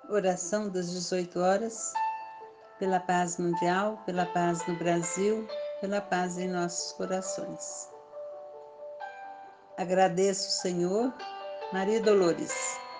Oração das 18 horas, pela paz mundial, pela paz no Brasil, pela paz em nossos corações. Agradeço, Senhor. Maria Dolores.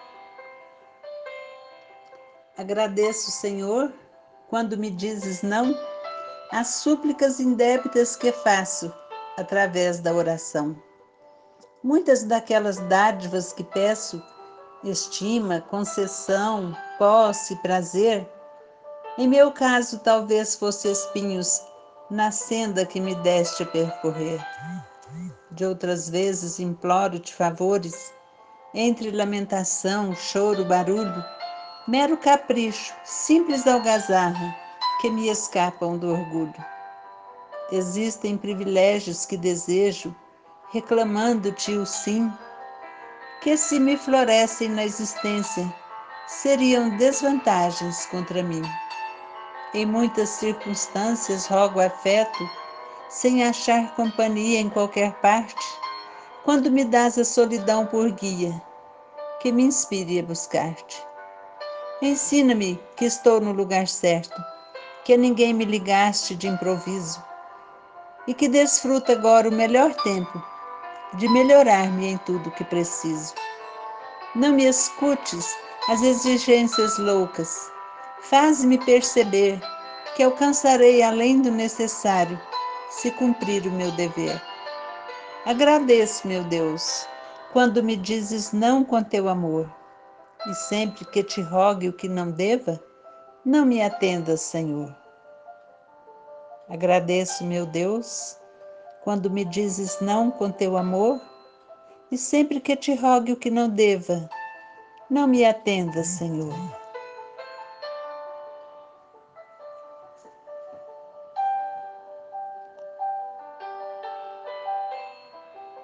Agradeço, Senhor, quando me dizes não, as súplicas indébitas que faço através da oração. Muitas daquelas dádivas que peço, estima, concessão, posse, prazer, em meu caso talvez fossem espinhos na senda que me deste a percorrer. De outras vezes imploro-te favores, entre lamentação, choro, barulho, mero capricho, simples algazarra, que me escapam do orgulho. Existem privilégios que desejo, reclamando-te o sim, que se me florescem na existência, seriam desvantagens contra mim. Em muitas circunstâncias rogo afeto, sem achar companhia em qualquer parte, quando me dás a solidão por guia, que me inspire a buscar-te. Ensina-me que estou no lugar certo, que a ninguém me ligaste de improviso, e que desfruto agora o melhor tempo de melhorar-me em tudo que preciso. Não me escutes as exigências loucas, faz-me perceber que alcançarei além do necessário se cumprir o meu dever. Agradeço, meu Deus, quando me dizes não com teu amor, e sempre que te rogue o que não deva, não me atendas, Senhor. Agradeço, meu Deus, quando me dizes não com teu amor, e sempre que te rogue o que não deva, não me atendas, Senhor.